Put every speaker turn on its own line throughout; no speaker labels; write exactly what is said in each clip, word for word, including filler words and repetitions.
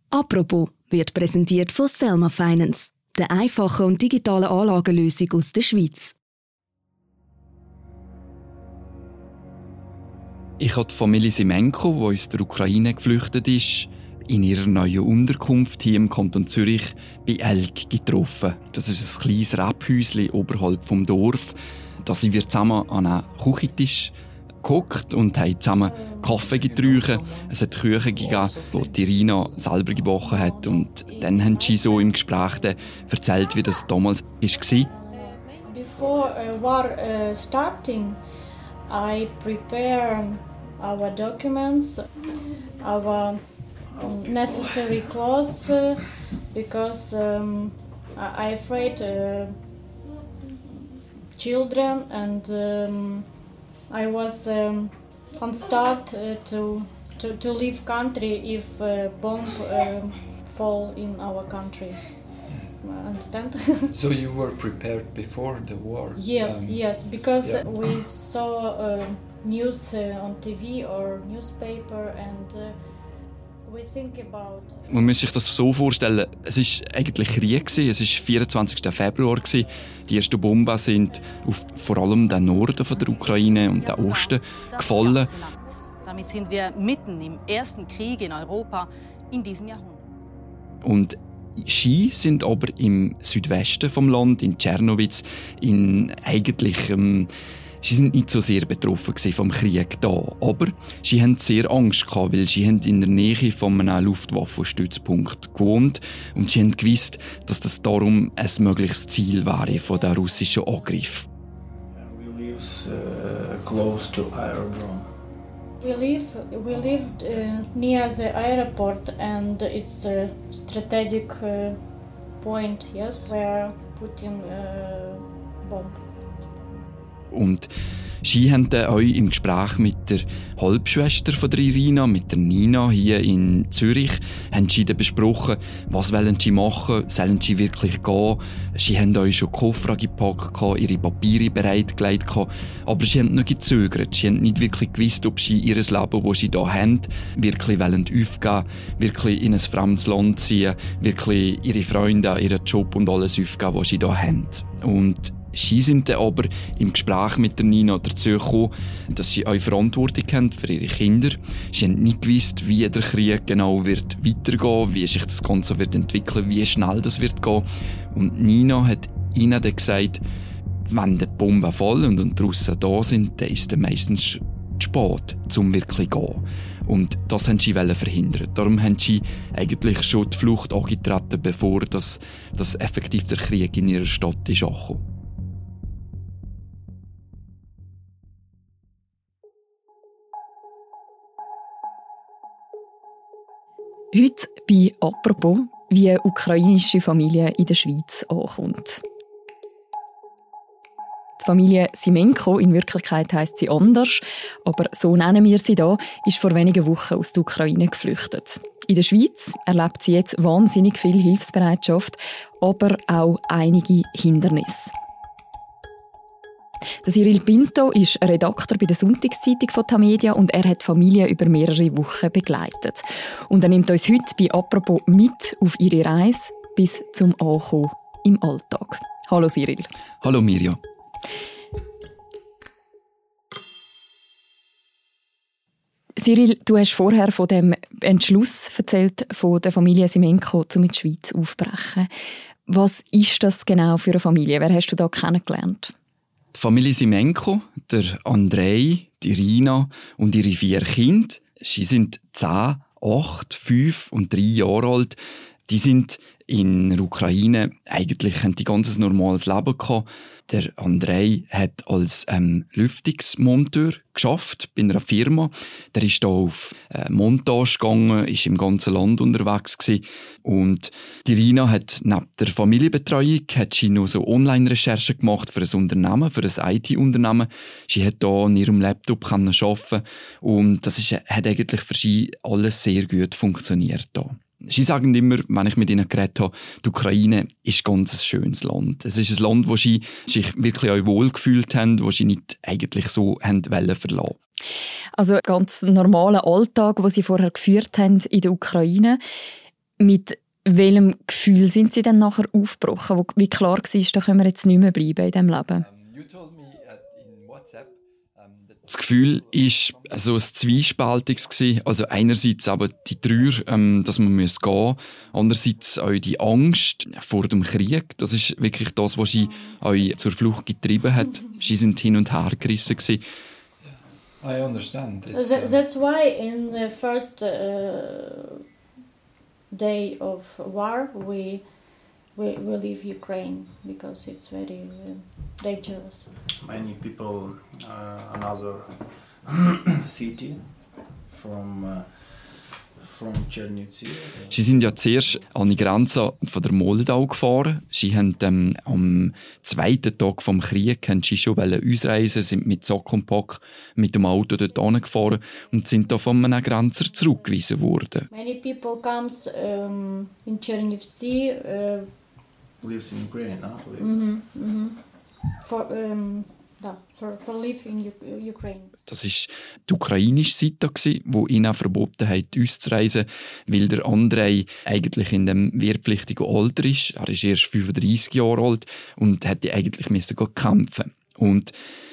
Apropos wird präsentiert von Selma Finance, der einfachen und digitalen Anlagenlösung aus der Schweiz.
Ich habe die Familie Simenko, die aus der Ukraine geflüchtet ist, in ihrer neuen Unterkunft hier im Kanton Zürich bei Elk getroffen. Das ist ein kleines Rebhäuschen oberhalb vom Dorf. Da sind wir zusammen an einem Küchentisch gehockt und haben zusammen Kaffee getrunken. Es hat Küche gegeben, die, die Rina selber gebacken hat. Und dann haben sie so im Gespräch erzählt, wie das damals war.
Before uh, war uh, starting, I prepare our documents, our um, necessary clothes, uh, because um, I afraid uh, children, and um, I was um, on start uh, to, to to leave country if uh, bomb uh, fall in our country. Understand?
So you were prepared before the war?
Yes, um, yes, because
yeah.
we saw uh, news uh, on T V or newspaper, and uh, we think about.
Man muss sich das so vorstellen: Es war eigentlich Krieg, es war vierundzwanzigsten Februar. Die ersten Bomben sind auf vor allem den Norden von der Ukraine und den Osten gefallen.
Damit sind wir mitten im ersten Krieg in Europa in diesem Jahrhundert.
Und Ski sind aber im Südwesten vom Land, in Czernowitz, in eigentlich, ähm, sie sind nicht so sehr betroffen vom Krieg da, aber sie hatten sehr Angst gehabt, weil sie haben in der Nähe von einem Luftwaffenstützpunkt gewohnt und sie haben gewusst, dass das darum ein mögliches Ziel wäre von der russischen Angriff.
We live uh, close to aerodrome.
We live we lived uh, near the airport, and it's a strategic uh, point, yes, where Putin uh, bomb.
Und sie haben dann auch im Gespräch mit der Halbschwester von der Irina, mit der Nina hier in Zürich, haben sie dann besprochen, was wollen sie machen, sollen sie wirklich gehen. Sie haben auch schon Koffer gepackt, ihre Papiere bereitgelegt, aber sie haben noch gezögert. Sie haben nicht wirklich gewusst, ob sie ihr Leben, das sie hier haben, wirklich wollen aufgeben, wirklich in ein fremdes Land ziehen, wirklich ihre Freunde, ihren Job und alles aufgeben, was sie hier haben. Und sie sind dann aber im Gespräch mit der Nina dazu gekommen, dass sie auch Verantwortung haben für ihre Kinder. Sie haben nicht gewusst, wie der Krieg genau wird weitergehen, wie sich das Ganze wird entwickeln, wie schnell das wird gehen. Und Nina hat ihnen dann gesagt, wenn die Bomben fallen und die Russen da sind, dann ist es meistens zu spät, um wirklich zu gehen. Und das wollten sie verhindern. Darum haben sie eigentlich schon die Flucht angetreten, bevor das, das effektiv der Krieg in ihrer Stadt ist angekommen.
Heute bei «Apropos», wie eine ukrainische Familie in der Schweiz ankommt. Die Familie Simenko, in Wirklichkeit heisst sie anders, aber so nennen wir sie hier, ist vor wenigen Wochen aus der Ukraine geflüchtet. In der Schweiz erlebt sie jetzt wahnsinnig viel Hilfsbereitschaft, aber auch einige Hindernisse. Der Cyril Pinto ist Redakteur bei der Sonntagszeitung von Tamedia und er hat die Familie über mehrere Wochen begleitet. Und er nimmt uns heute bei «Apropos» mit auf ihre Reise bis zum Ankommen im Alltag. Hallo Cyril.
Hallo Mirja.
Cyril, du hast vorher von dem Entschluss erzählt von der Familie Simenko, um in die Schweiz aufzubrechen. Was ist das genau für eine Familie? Wer hast du da kennengelernt?
Die Familie Simenko, der Andrei, die Rina und ihre vier Kinder, sie sind zehn, acht, fünf und drei Jahre alt. Die sind in der Ukraine eigentlich ein ganz normales Leben gehabt. Der Andrei hat als ähm, Lüftungsmonteur geschafft bei einer Firma. Der ist da auf äh, Montage gegangen, ist im ganzen Land unterwegs gewesen. Und die Rina hat neben der Familienbetreuung hat sie noch so Online-Recherchen gemacht für ein Unternehmen, für ein I T-Unternehmen. Sie hat da an ihrem Laptop können arbeiten und das ist, hat eigentlich für sie alles sehr gut funktioniert da. Sie sagen immer, wenn ich mit ihnen geredet habe, die Ukraine ist ein ganz schönes Land. Es ist ein Land, wo sie sich wirklich auch wohlgefühlt haben, wo sie nicht eigentlich so haben wollen verlassen.
Also einen ganz normalen Alltag, den sie vorher geführt haben in der Ukraine. Mit welchem Gefühl sind Sie dann nachher aufgebrochen? Wie klar war, da können wir jetzt nicht mehr bleiben in diesem Leben?
Das Gefühl war so ein zwiespältiges. Also einerseits aber die Trauer, ähm, dass man gehen muss. Andererseits auch die Angst vor dem Krieg. Das ist wirklich das, was sie euch zur Flucht getrieben hat. Sie sind hin und her gerissen.
I understand.
It's, uh... That's why in the first uh, day of war we, we, we leave Ukraine because it's very uh, dangerous.
Many people, uh, another city from uh, from Chernivtsi.
Sie sind ja zuerst an die Grenze von der Moldau gefahren. Sie haben ähm, am zweiten Tag vom Krieg haben sie schon ausreisen, sind mit Sack und Pack mit dem Auto dort angefahren und sind da von einem Grenzer zurückgewiesen worden.
Many people comes um, in Chernivtsi. Uh,
lives in Ukraine, huh? Live.
Mm-hmm, mm-hmm. For, um, da, for, for live in U- Ukraine.
Das war die ukrainische Seite, die ihnen verboten hat, auszureisen, weil der Andrei eigentlich in dem wehrpflichtigen Alter ist. Er ist erst fünfunddreissig Jahre alt und hätte eigentlich müssen kämpfen. Und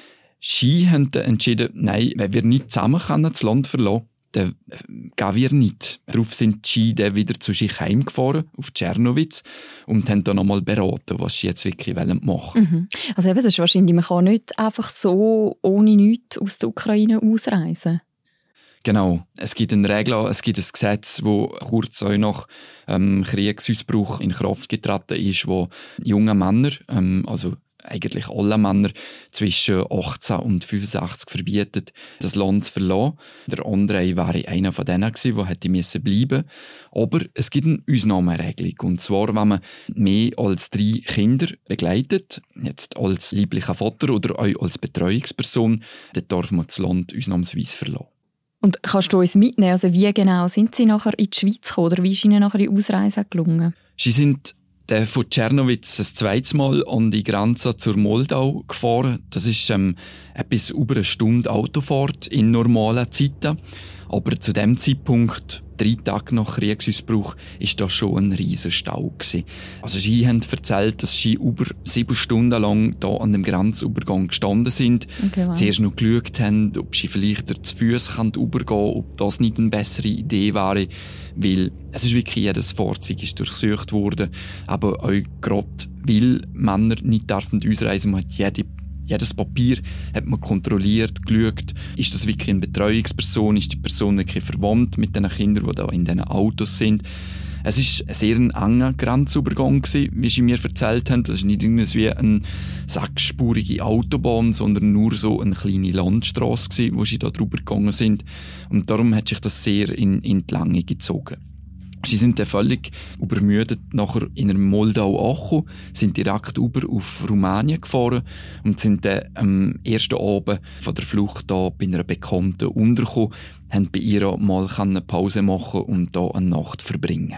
sie haben entschieden, nein, wenn wir nicht zusammen können, das Land verlassen, dann gehen wir nicht. Darauf sind sie dann wieder zu sich heimgefahren, auf Czernowitz, und haben dann nochmal beraten, was sie jetzt wirklich machen wollen.
Mhm. Also eben, das ist wahrscheinlich, man kann nicht einfach so ohne nichts aus der Ukraine ausreisen.
Genau. Es gibt eine Regel, es gibt ein Gesetz, das kurz auch nach ähm, Kriegsausbruch in Kraft getreten ist, wo junge Männer, ähm, also eigentlich alle Männer zwischen achtzehn und fünfundsechzig verbietet, das Land zu verlassen. Der Andrei wäre einer von denen gewesen, der hätte müssen bleiben. Aber es gibt eine Ausnahmeregelung. Und zwar, wenn man mehr als drei Kinder begleitet, jetzt als lieblicher Vater oder auch als Betreuungsperson, dann darf man das Land ausnahmsweise verlassen.
Und kannst du uns mitnehmen, also wie genau sind Sie nachher in die Schweiz gekommen oder wie ist Ihnen nachher die Ausreise gelungen?
Sie sind Der von Czernowitz ein zweites Mal an die Grenze zur Moldau gefahren. Das ist ähm, etwas über eine Stunde Autofahrt in normalen Zeiten. Aber zu dem Zeitpunkt, drei Tage nach Kriegsausbruch, war das schon ein riesen Stau gewesen. Also sie haben erzählt, dass sie über sieben Stunden lang da an dem Grenzübergang gestanden sind.
Okay, wow.
Zuerst noch geschaut haben, ob sie vielleicht zu Fuss übergehen können, ob das nicht eine bessere Idee wäre. Weil es ist wirklich jedes Fahrzeug ist durchsucht worden. Aber auch gerade, weil Männer nicht dürfen ausreisen, man hat jede Jedes Papier hat man kontrolliert, geschaut, ist das wirklich eine Betreuungsperson, ist die Person wirklich verwandt mit den Kindern, die da in diesen Autos sind. Es war ein sehr enger Grenzübergang, wie sie mir erzählt haben. Das ist nicht irgendwie eine sechsspurige Autobahn, sondern nur so eine kleine Landstrasse, wo sie da drüber gegangen sind. Und darum hat sich das sehr in, in die Länge gezogen. Sie sind dann völlig übermüdet nachher in der Moldau angekommen, sind direkt über auf Rumänien gefahren und sind dann am ersten Abend von der Flucht da bei einer Bekannten untergekommen, haben bei ihr mal eine Pause machen und da eine Nacht verbringen.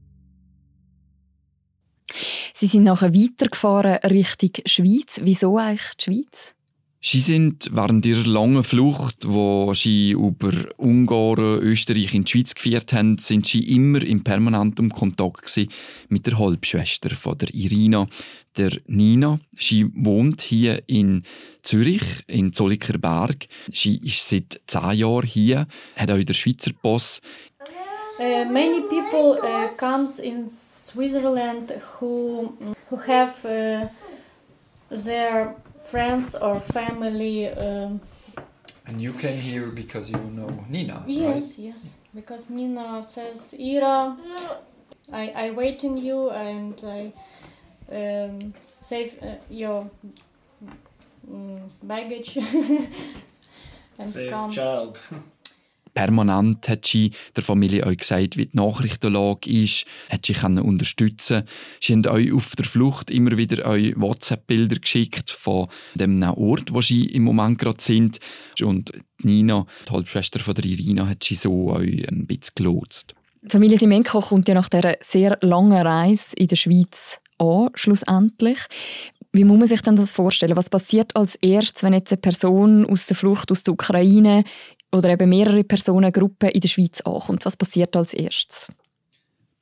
Sie sind nachher weitergefahren Richtung Schweiz. Wieso eigentlich die Schweiz?
Sie sind während ihrer langen Flucht, wo sie über Ungarn, Österreich in die Schweiz geführt haben, sind sie immer in permanentem Kontakt mit der Halbschwester von der Irina, der Nina. Sie wohnt hier in Zürich, in Zollikerberg. Sie ist seit zehn Jahren hier, hat auch den Schweizer Pass.
Uh, many people uh, comes in Switzerland who who have uh, their friends or family. Um,
And you came here because you know Nina,
yes,
right?
yes. Because Nina says, Ira, I I wait in you and I um, save uh, your um, baggage and
Safe
come.
child.
Permanent hat sie der Familie auch gesagt, wie die Nachrichtenlage ist, hat sie können unterstützen. Sie haben euch auf der Flucht immer wieder euch WhatsApp-Bilder geschickt von dem Ort, wo sie im Moment gerade sind. Und Nina, die Halbschwester von der Irina, hat sie so euch ein bisschen gelotst.
Die Familie Simenko kommt ja nach dieser sehr langen Reise in der Schweiz an, schlussendlich. Wie muss man sich denn das vorstellen? Was passiert als erstes, wenn jetzt eine Person aus der Flucht aus der Ukraine oder eben mehrere Personengruppen in der Schweiz ankommt? Was passiert als erstes?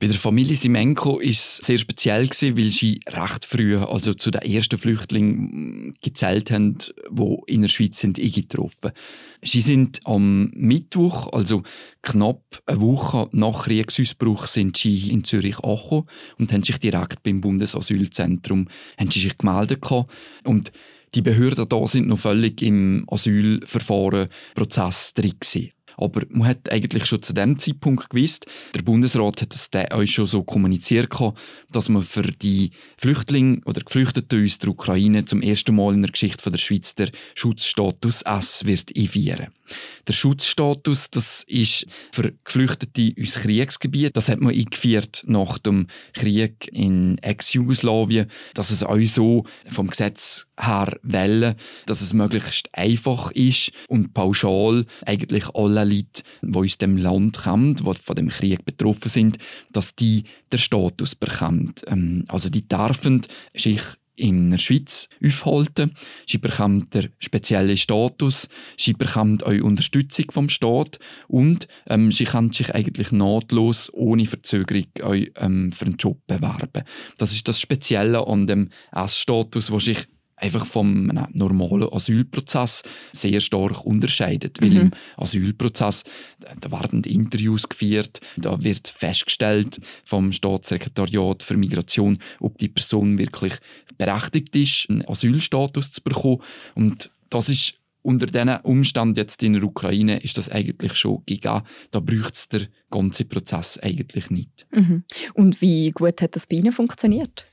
Bei der Familie Simenko war es sehr speziell, weil sie recht früh also zu den ersten Flüchtlingen gezählt haben, die in der Schweiz sind eingetroffen. Sie sind am Mittwoch, also knapp eine Woche nach Kriegsausbruch, sind sie in Zürich angekommen und haben sich direkt beim Bundesasylzentrum haben sie sich gemeldet. Und die Behörden da sind noch völlig im Asylverfahren-Prozess drin gewesen. Aber man hat eigentlich schon zu dem Zeitpunkt gewusst, der Bundesrat hat es euch schon so kommuniziert, dass man für die Flüchtlinge oder Geflüchteten aus der Ukraine zum ersten Mal in der Geschichte der Schweiz der Schutzstatus S wird einführen. Der Schutzstatus, das ist für Geflüchtete aus Kriegsgebiet. Das hat man eingeführt nach dem Krieg in Ex-Jugoslawien, dass es auch so vom Gesetz her wollen, dass es möglichst einfach ist und pauschal eigentlich alle Leute, die aus dem Land kommen, die von dem Krieg betroffen sind, dass die den Status bekommen. Also die dürfen sich in der Schweiz aufhalten. Sie bekommen den speziellen Status, sie bekommen auch Unterstützung vom Staat und ähm, sie können sich eigentlich nahtlos, ohne Verzögerung auch, ähm, für einen Job bewerben. Das ist das Spezielle an dem S-Status, was sich einfach vom äh, normalen Asylprozess sehr stark unterscheidet. Mhm. Weil im Asylprozess da werden Interviews geführt, da wird festgestellt vom Staatssekretariat für Migration, ob die Person wirklich berechtigt ist, einen Asylstatus zu bekommen. Und das ist unter diesen Umständen jetzt in der Ukraine ist das eigentlich schon gegeben. Da braucht es den ganzen Prozess eigentlich nicht.
Mhm. Und wie gut hat das bei Ihnen funktioniert?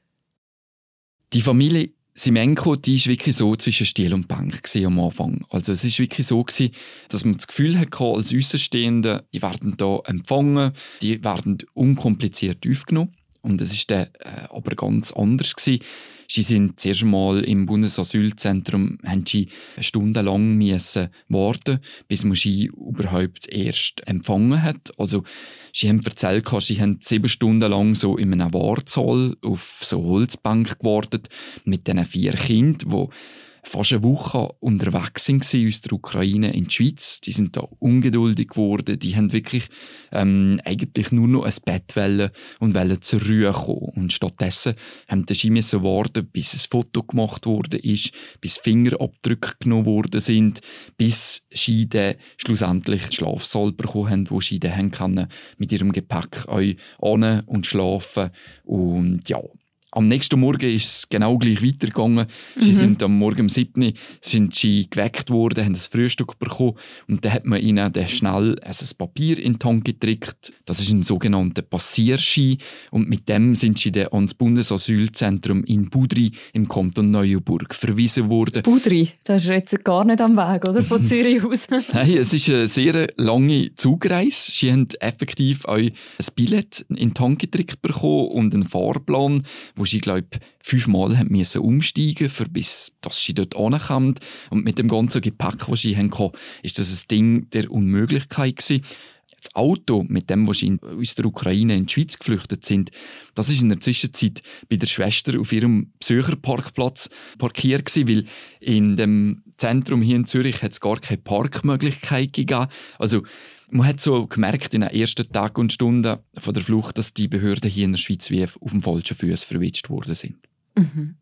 Die Familie Simenko, die war wirklich so zwischen Stiel und Bank am Anfang. Also es war wirklich so, dass man das Gefühl hatte, als Außenstehende, die werden da empfangen, die werden unkompliziert aufgenommen. Und es war dann äh, aber ganz anders gewesen. Sie sind zuerst einmal im Bundesasylzentrum, haben sie stundenlang müssen warten, bis man sie überhaupt erst empfangen hat. Also sie haben erzählt, sie haben sieben Stunden lang so in einem Wartsaal auf so Holzbank gewartet mit diesen vier Kindern, die fast eine Woche unterwegs waren aus der Ukraine in die Schweiz. Die sind da ungeduldig geworden. Die haben wirklich ähm, eigentlich nur noch ein Bett wollen und wollen zur Ruhe kommen. Und stattdessen haben sie müssen warten, bis ein Foto gemacht wurde, bis Fingerabdrücke genommen worden sind, bis sie dann schlussendlich den Schlafsaal bekommen haben, wo sie dann können mit ihrem Gepäck auch hin und schlafen. Und ja, am nächsten Morgen ist es genau gleich weitergegangen. Mhm. Sie sind am Morgen um sieben Uhr sind sie geweckt worden, haben das Frühstück bekommen und dann hat man ihnen dann schnell also ein Papier in die Hand gedrückt. Das ist ein sogenannter Passierschein und mit dem sind sie dann ans Bundesasylzentrum in Budri im Kanton Neuenburg verwiesen worden.
Budri, das ist jetzt gar nicht am Weg, oder? Von Zürich aus.
Nein, es ist eine sehr lange Zugreise. Sie haben effektiv auch ein Billett in die Hand gedrückt bekommen und einen Fahrplan, wo sie, glaube ich, fünfmal haben müssen umsteigen mussten, bis dass sie dort ankommen. Und mit dem ganzen Gepäck, das sie hatten, ist das ein Ding der Unmöglichkeit gewesen. Das Auto, mit dem wo sie aus der Ukraine in die Schweiz geflüchtet sind, das ist in der Zwischenzeit bei der Schwester auf ihrem Besucherparkplatz parkiert gewesen, weil in dem Zentrum hier in Zürich hat es gar keine Parkmöglichkeit gegeben. Also man hat so gemerkt in den ersten Tagen und Stunden von der Flucht, dass die Behörden hier in der Schweiz wie auf dem falschen Fuß verwitscht worden sind.
Mhm.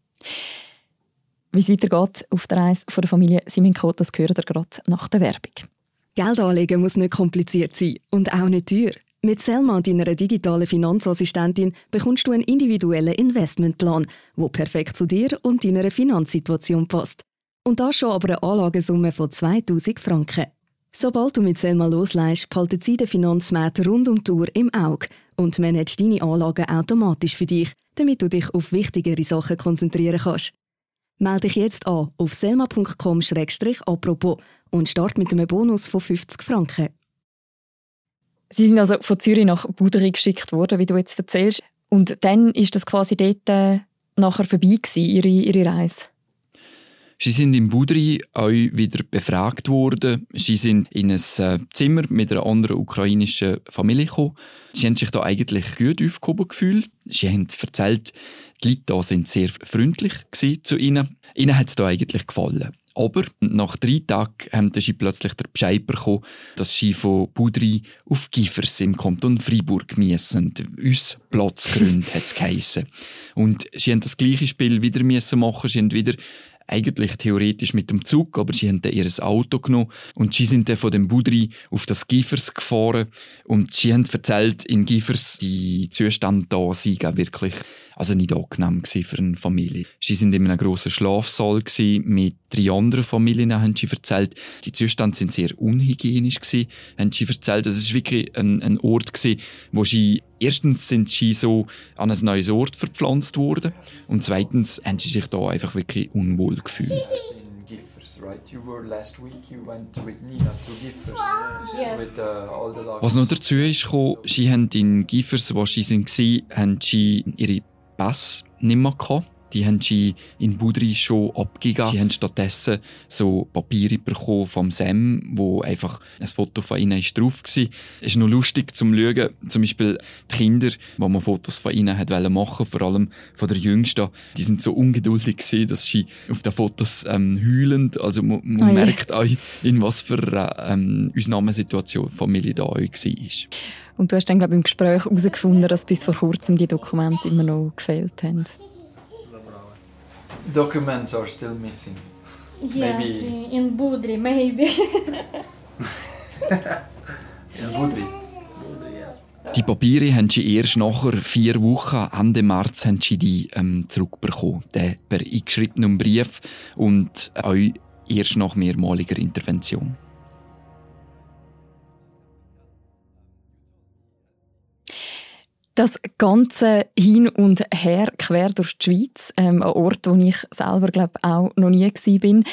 Wie es weitergeht auf der Reise von der Familie Simenko, das hört ihr gerade nach der Werbung.
Geld anlegen muss nicht kompliziert sein und auch nicht teuer. Mit Selma, deiner digitalen Finanzassistentin, bekommst du einen individuellen Investmentplan, der perfekt zu dir und deiner Finanzsituation passt. Und das schon aber eine Anlagesumme von zweitausend Franken. Sobald du mit Selma loslegst, behalten sie den Finanzmarkt rund um die Uhr im Auge und managt deine Anlagen automatisch für dich, damit du dich auf wichtigere Sachen konzentrieren kannst. Melde dich jetzt an auf selma punkt com slash apropos und start mit einem Bonus von fünfzig Franken.
Sie sind also von Zürich nach Budri geschickt worden, wie du jetzt erzählst. Und dann ist das quasi dort äh, nachher vorbei gewesen, ihre, ihre Reise.
Sie sind in Budri auch wieder befragt worden. Sie sind in ein Zimmer mit einer anderen ukrainischen Familie gekommen. Sie haben sich da eigentlich gut aufgehoben gefühlt. Sie haben erzählt, die Leute da sind sehr freundlich zu ihnen. Ihnen hat es da eigentlich gefallen. Aber nach drei Tagen haben sie plötzlich den Bescheid bekommen, dass sie von Budri auf Gifers im Kanton Freiburg müssen. Uns Platzgründe hat es geheissen. Und sie mussten das gleiche Spiel wieder machen. Sie haben wieder eigentlich theoretisch mit dem Zug, aber sie haben dann ihr Auto genommen und sie sind dann von dem Budri auf das Gifers gefahren und sie haben erzählt, in Gifers die Zustände da sind wirklich also nicht angenehm für eine Familie. Sie sind in einem grossen Schlafsaal mit drei anderen Familien, haben sie erzählt. Die Zustände sind sehr unhygienisch gewesen, haben sie erzählt. Es war wirklich ein, ein Ort gewesen, wo sie erstens sind sie so an ein neues Ort verpflanzt worden und zweitens haben sie sich da einfach wirklich unwohl gefühlt.
Right? You were last week, you went with Nina to Gifers.
Yes.
With, uh, all the luggage.
Was noch dazu ist gekommen, sie haben in Gifers, wo sie waren, haben sie ihre Pässe nicht mehr gehabt. Die haben sie in Budri schon abgegeben. Sie haben stattdessen so Papiere bekommen vom Sam, wo einfach ein Foto von ihnen ist drauf war. Es ist noch lustig zum Schauen, zum Beispiel die Kinder, wo man Fotos von ihnen hat machen, vor allem von der Jüngsten, die sind so ungeduldig gewesen, dass sie auf den Fotos ähm, heulend, also man, man oh merkt auch, in was für eine ähm, Ausnahmesituation die Familie da war.
Und du hast dann, glaube ich, im Gespräch herausgefunden, dass bis vor kurzem die Dokumente immer noch gefehlt haben.
Documents are still missing.
Yes,
Maybe
in Budri, maybe.
in Budri.
Die Papiere haben sie erst nach vier Wochen, Ende März, haben sie die ähm, zurückbekommen. Den per eingeschriebenem Brief und auch erst nach mehrmaliger Intervention.
Das ganze Hin und Her quer durch die Schweiz, ähm, ein Ort, wo ich selber glaube auch noch nie war.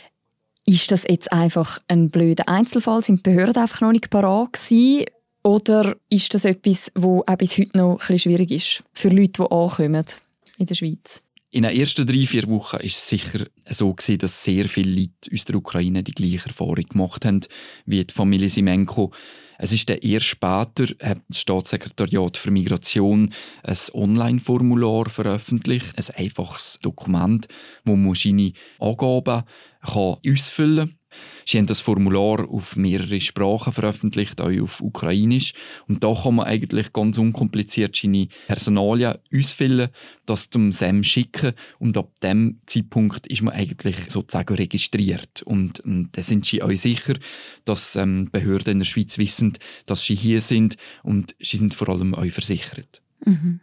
Ist das jetzt einfach ein blöder Einzelfall? Sind die Behörden einfach noch nicht parat gewesen? Oder ist das etwas, das auch bis heute noch ein bisschen schwierig ist für Leute, die ankommen in der Schweiz?
In den ersten drei, vier Wochen war es sicher so, dass sehr viele Leute aus der Ukraine die gleiche Erfahrung gemacht haben wie die Familie Simenko. Es ist dann erst später, hat das Staatssekretariat für Migration ein Online-Formular veröffentlicht, ein einfaches Dokument, wo man seine Angaben kann ausfüllen kann. Sie haben das Formular auf mehrere Sprachen veröffentlicht, auch auf Ukrainisch. Und da kann man eigentlich ganz unkompliziert seine Personalien ausfüllen, das zum S E M schicken. Und ab dem Zeitpunkt ist man eigentlich sozusagen registriert. Und, und da sind sie auch sicher, dass ähm, Behörden in der Schweiz wissen, dass sie hier sind. Und sie sind vor allem auch versichert.
Mhm.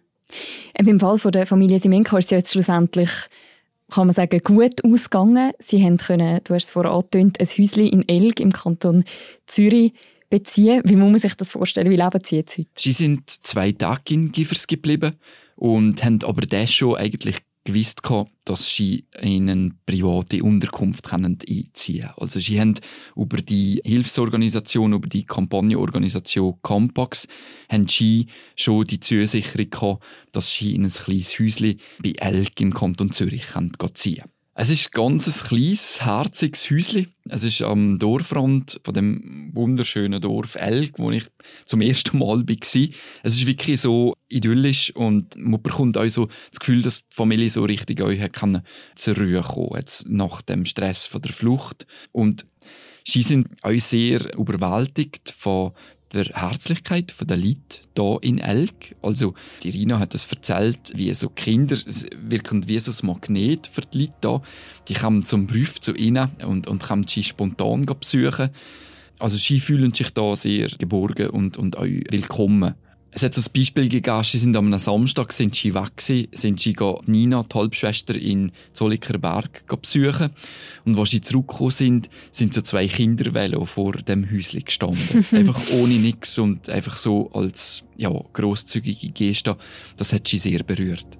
Im Fall von der Familie Simenko ist es ja jetzt schlussendlich, kann man sagen, gut ausgegangen. Sie haben können, du hast es vorher angetönt, ein Häuschen in Elg im Kanton Zürich beziehen. Wie muss man sich das vorstellen? Wie leben Sie jetzt heute?
Sie sind zwei Tage in Gifers geblieben und haben aber das schon eigentlich gewusst, dass sie in eine private Unterkunft einziehen können. Also sie haben über die Hilfsorganisation, über die Kampagnenorganisation Campax, haben sie schon die Zusicherung gehabt, dass sie in ein kleines Häuschen bei Elg im Kanton Zürich ziehen können. Es ist ganz ein kleines, herziges Häuschen. Es ist am Dorfrand von dem wunderschönen Dorf Elg, wo ich zum ersten Mal war. Es ist wirklich so idyllisch und man bekommt auch so das Gefühl, dass die Familie so richtig euch zur Ruhe kommen jetzt nach dem Stress von der Flucht. Und sie sind auch sehr überwältigt von der Herzlichkeit der Leute hier in Elg. Also, die Rina hat es erzählt, wie so Kinder wirken wie so ein Magnet für die Leute hier. Die kommen zum Brief zu ihnen und, und können sie spontan besuchen. Also, sie fühlen sich da sehr geborgen und, und auch willkommen. Es hat so ein Beispiel gegeben, sie sind am Samstag sind sie weg gewesen, sind sie Nina, die Halbschwester, in Zollikerberg besuchen. Und als sie zurückgekommen sind, sind so zwei Kindervelo vor dem Häuschen gestanden. Einfach ohne nichts und einfach so als ja, grosszügige Geste. Das hat sie sehr berührt.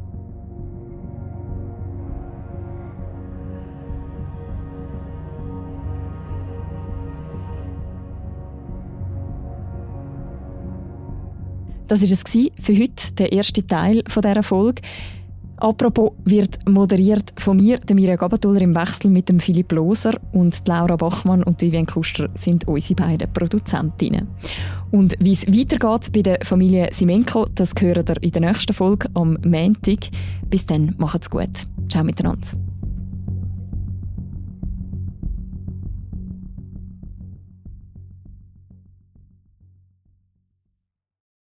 Das war es für heute, der erste Teil dieser Folge. Apropos wird moderiert von mir, der Mirja Gabatuller, im Wechsel mit dem Philipp Loser, und Laura Bachmann und Vivian Kuster sind unsere beiden Produzentinnen. Und wie es weitergeht bei der Familie Simenko, das hören ihr in der nächsten Folge am Montag. Bis dann, macht's gut. Ciao miteinander.